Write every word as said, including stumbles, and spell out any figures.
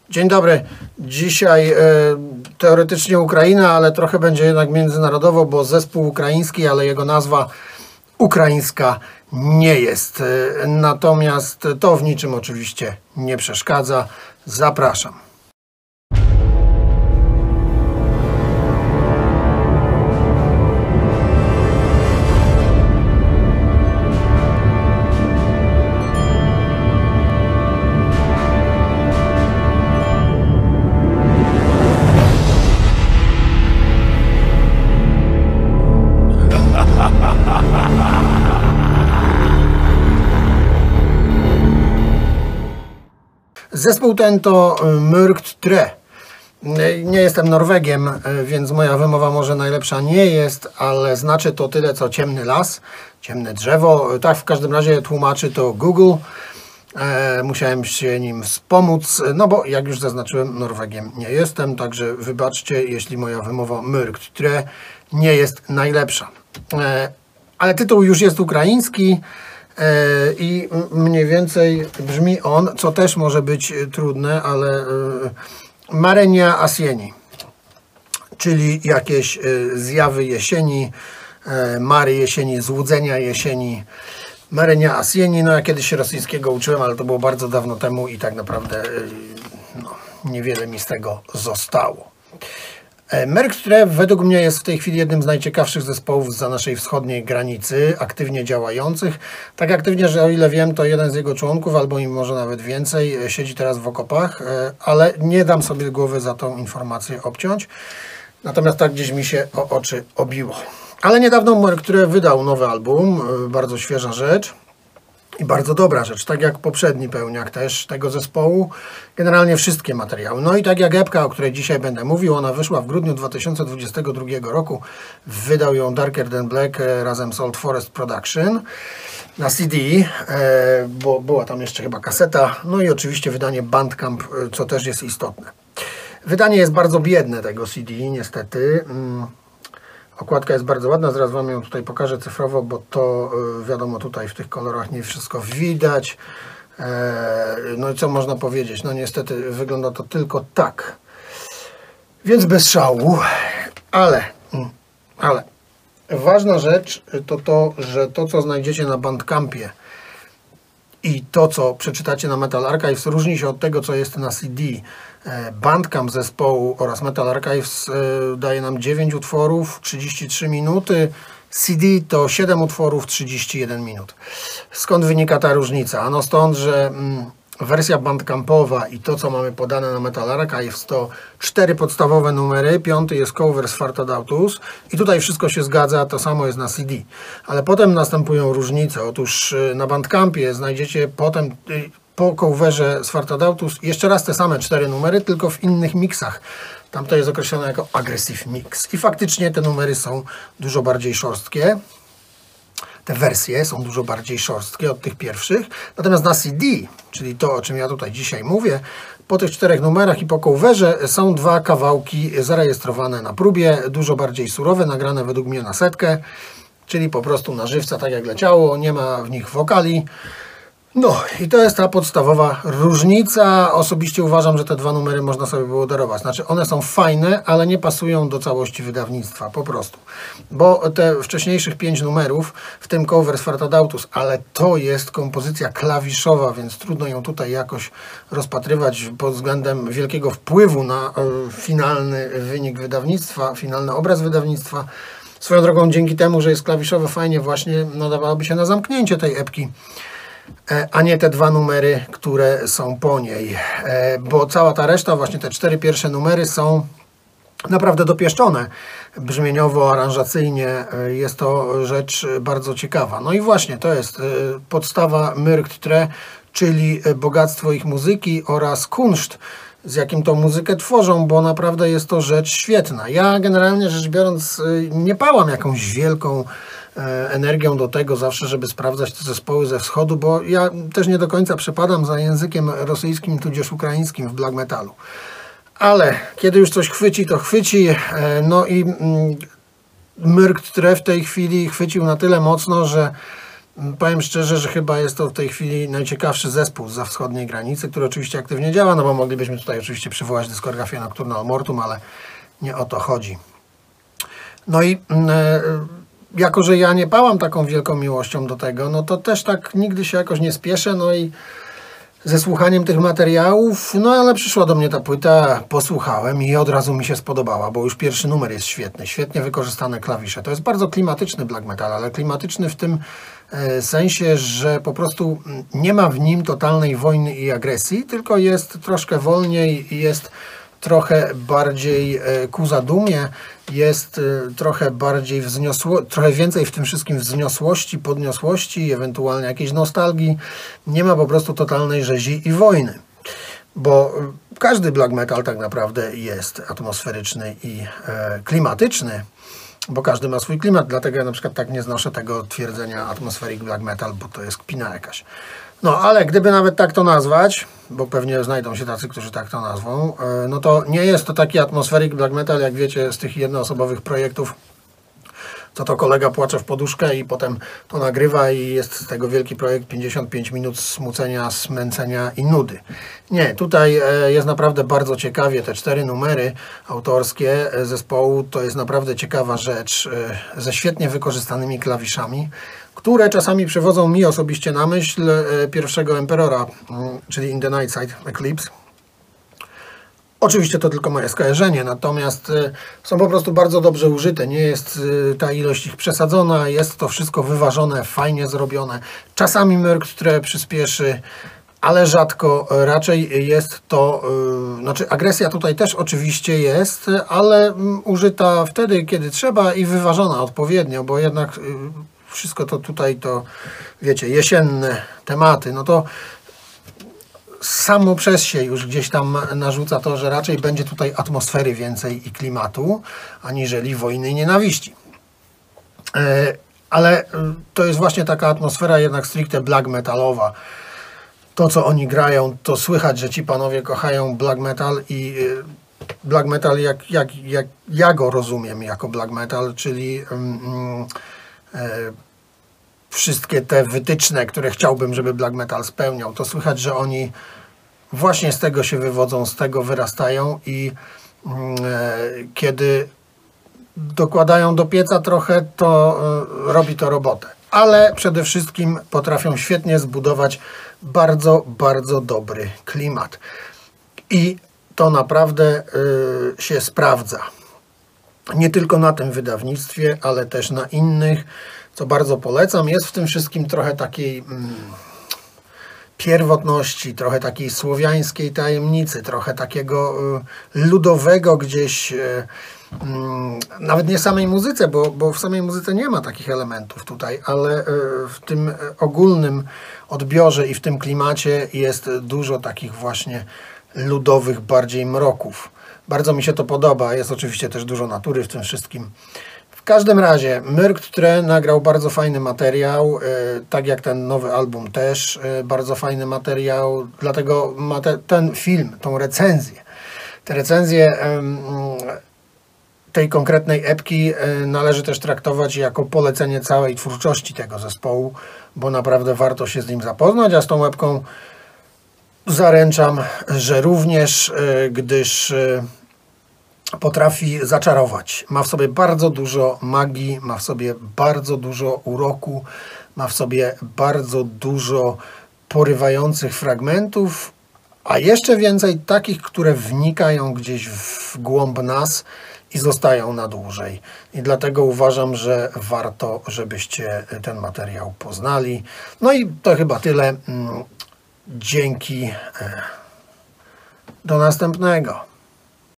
Dzień dobry. Dzisiaj e, teoretycznie Ukraina, ale trochę będzie jednak międzynarodowo, bo zespół ukraiński, ale jego nazwa ukraińska nie jest. E, natomiast to w niczym oczywiście nie przeszkadza. Zapraszam. Zespół ten to Mörkt Trä. Nie jestem Norwegiem, więc moja wymowa może najlepsza nie jest, ale znaczy to tyle co ciemny las, ciemne drzewo. Tak w każdym razie tłumaczy to Google. Musiałem się nim wspomóc, no bo jak już zaznaczyłem, Norwegiem nie jestem, także wybaczcie, jeśli moja wymowa Mörkt Trä nie jest najlepsza. Ale tytuł już jest ukraiński. I mniej więcej brzmi on, co też może być trudne, ale Marenia Asieni, czyli jakieś zjawy jesieni, mary jesieni, złudzenia jesieni. Marenia Asieni, no ja kiedyś się rosyjskiego uczyłem, ale to było bardzo dawno temu i tak naprawdę no, niewiele mi z tego zostało. Mörkt Trä według mnie jest w tej chwili jednym z najciekawszych zespołów za naszej wschodniej granicy, aktywnie działających. Tak aktywnie, że o ile wiem, to jeden z jego członków, albo i może nawet więcej, siedzi teraz w okopach, ale nie dam sobie głowy za tą informację obciąć. Natomiast tak gdzieś mi się o oczy obiło. Ale niedawno Mörkt Trä wydał nowy album, bardzo świeża rzecz. I bardzo dobra rzecz, tak jak poprzedni pełniak też tego zespołu, generalnie wszystkie materiały. No i tak jak epka, o której dzisiaj będę mówił, ona wyszła w grudniu dwa tysiące dwudziestego drugiego roku. Wydał ją Darker Than Black razem z Old Forest Production na C D, bo była tam jeszcze chyba kaseta. No i oczywiście wydanie Bandcamp, co też jest istotne. Wydanie jest bardzo biedne tego C D, niestety. Okładka jest bardzo ładna, zaraz Wam ją tutaj pokażę cyfrowo, bo to wiadomo, tutaj w tych kolorach nie wszystko widać. No i co można powiedzieć? No niestety wygląda to tylko tak. Więc bez szału, ale, ale ważna rzecz to to, że to co znajdziecie na Bandcampie i to co przeczytacie na Metal Archives różni się od tego co jest na C D. Bandcamp zespołu oraz Metal Archives daje nam dziewięć utworów, trzydzieści trzy minuty. C D to siedem utworów, trzydzieści jeden minut. Skąd wynika ta różnica? Ano stąd, że mm, wersja bandcampowa i to, co mamy podane na Metal Archives, to cztery podstawowe numery, piąty jest cover z Svartadautus i tutaj wszystko się zgadza, to samo jest na C D. Ale potem następują różnice. Otóż na Bandcampie znajdziecie potem po coverze Svartadautus jeszcze raz te same cztery numery, tylko w innych miksach. Tam to jest określone jako Aggressive Mix. I faktycznie te numery są dużo bardziej szorstkie. Te wersje są dużo bardziej szorstkie od tych pierwszych. Natomiast na C D, czyli to, o czym ja tutaj dzisiaj mówię, po tych czterech numerach i po coverze są dwa kawałki zarejestrowane na próbie, dużo bardziej surowe, nagrane według mnie na setkę, czyli po prostu na żywca, tak jak leciało, nie ma w nich wokali. No i to jest ta podstawowa różnica. Osobiście uważam, że te dwa numery można sobie było darować. Znaczy one są fajne, ale nie pasują do całości wydawnictwa, po prostu. Bo te wcześniejszych pięć numerów, w tym cover Svartadautus, ale to jest kompozycja klawiszowa, więc trudno ją tutaj jakoś rozpatrywać pod względem wielkiego wpływu na y, finalny wynik wydawnictwa, finalny obraz wydawnictwa. Swoją drogą dzięki temu, że jest klawiszowe, fajnie właśnie nadawałoby się na zamknięcie tej epki, a nie te dwa numery, które są po niej, bo cała ta reszta, właśnie te cztery pierwsze numery są naprawdę dopieszczone brzmieniowo, aranżacyjnie, jest to rzecz bardzo ciekawa. No i właśnie to jest podstawa Mörkt Trä, czyli bogactwo ich muzyki oraz kunszt, z jakim tą muzykę tworzą, bo naprawdę jest to rzecz świetna. Ja generalnie rzecz biorąc nie pałam jakąś wielką energią do tego zawsze, żeby sprawdzać te zespoły ze wschodu, bo ja też nie do końca przepadam za językiem rosyjskim tudzież ukraińskim w black metalu. Ale kiedy już coś chwyci, to chwyci. No i Mörkt Trä w tej chwili chwycił na tyle mocno, że Powiem szczerze, że chyba jest to w tej chwili najciekawszy zespół zza wschodniej granicy, który oczywiście aktywnie działa, no bo moglibyśmy tutaj oczywiście przywołać dyskografię Nocturnal Mortum, ale nie o to chodzi. No i e, jako, że ja nie pałam taką wielką miłością do tego, no to też tak nigdy się jakoś nie spieszę, no i ze słuchaniem tych materiałów, no ale przyszła do mnie ta płyta, posłuchałem i od razu mi się spodobała, bo już pierwszy numer jest świetny, świetnie wykorzystane klawisze. To jest bardzo klimatyczny black metal, ale klimatyczny w tym e, sensie, że po prostu nie ma w nim totalnej wojny i agresji, tylko jest troszkę wolniej i jest trochę bardziej e, ku zadumie, jest e, trochę bardziej wzniosło, trochę więcej w tym wszystkim wzniosłości, podniosłości, ewentualnie jakiejś nostalgii. Nie ma po prostu totalnej rzezi i wojny, bo e, każdy black metal tak naprawdę jest atmosferyczny i e, klimatyczny, bo każdy ma swój klimat, dlatego ja na przykład tak nie znoszę tego twierdzenia atmospheric black metal, bo to jest kpina jakaś. No, ale gdyby nawet tak to nazwać, bo pewnie znajdą się tacy, którzy tak to nazwą, no to nie jest to taki atmospheric black metal, jak wiecie, z tych jednoosobowych projektów, co to kolega płacze w poduszkę i potem to nagrywa i jest z tego wielki projekt pięćdziesiąt pięć minut smucenia, smęcenia i nudy. Nie, tutaj jest naprawdę bardzo ciekawie, te cztery numery autorskie zespołu to jest naprawdę ciekawa rzecz, ze świetnie wykorzystanymi klawiszami, które czasami przywodzą mi osobiście na myśl pierwszego Emperora, czyli In the Night Side Eclipse. Oczywiście to tylko moje skojarzenie, natomiast są po prostu bardzo dobrze użyte, nie jest ta ilość ich przesadzona, jest to wszystko wyważone, fajnie zrobione. Czasami Mörkt Tre przyspieszy, ale rzadko, raczej jest to, yy, znaczy agresja tutaj też oczywiście jest, ale yy, użyta wtedy, kiedy trzeba i wyważona odpowiednio, bo jednak yy, wszystko to tutaj to, wiecie, jesienne tematy, no to samo przez się już gdzieś tam narzuca to, że raczej będzie tutaj atmosfery więcej i klimatu, aniżeli wojny i nienawiści. Yy, ale yy, to jest właśnie taka atmosfera jednak stricte black metalowa. To, co oni grają, to słychać, że ci panowie kochają black metal i black metal, jak, jak, jak ja go rozumiem jako black metal, czyli um, e, wszystkie te wytyczne, które chciałbym, żeby black metal spełniał, to słychać, że oni właśnie z tego się wywodzą, z tego wyrastają i um, e, kiedy dokładają do pieca trochę, to e, robi to robotę. Ale przede wszystkim potrafią świetnie zbudować bardzo, bardzo dobry klimat. I to naprawdę y, się sprawdza. Nie tylko na tym wydawnictwie, ale też na innych, co bardzo polecam. Jest w tym wszystkim trochę takiej mm, pierwotności, trochę takiej słowiańskiej tajemnicy, trochę takiego y, ludowego gdzieś, y, nawet nie samej muzyce, bo, bo w samej muzyce nie ma takich elementów tutaj, ale w tym ogólnym odbiorze i w tym klimacie jest dużo takich właśnie ludowych bardziej mroków. Bardzo mi się to podoba, jest oczywiście też dużo natury w tym wszystkim. W każdym razie Mörkt Tre nagrał bardzo fajny materiał, tak jak ten nowy album też bardzo fajny materiał, dlatego ma te, ten film, tą recenzję. Te recenzje tej konkretnej epki należy też traktować jako polecenie całej twórczości tego zespołu, bo naprawdę warto się z nim zapoznać, a z tą epką zaręczam, że również, gdyż potrafi zaczarować. Ma w sobie bardzo dużo magii, ma w sobie bardzo dużo uroku, ma w sobie bardzo dużo porywających fragmentów, a jeszcze więcej takich, które wnikają gdzieś w głąb nas i zostają na dłużej. I dlatego uważam, że warto, żebyście ten materiał poznali. No i to chyba tyle. Dzięki. Do następnego.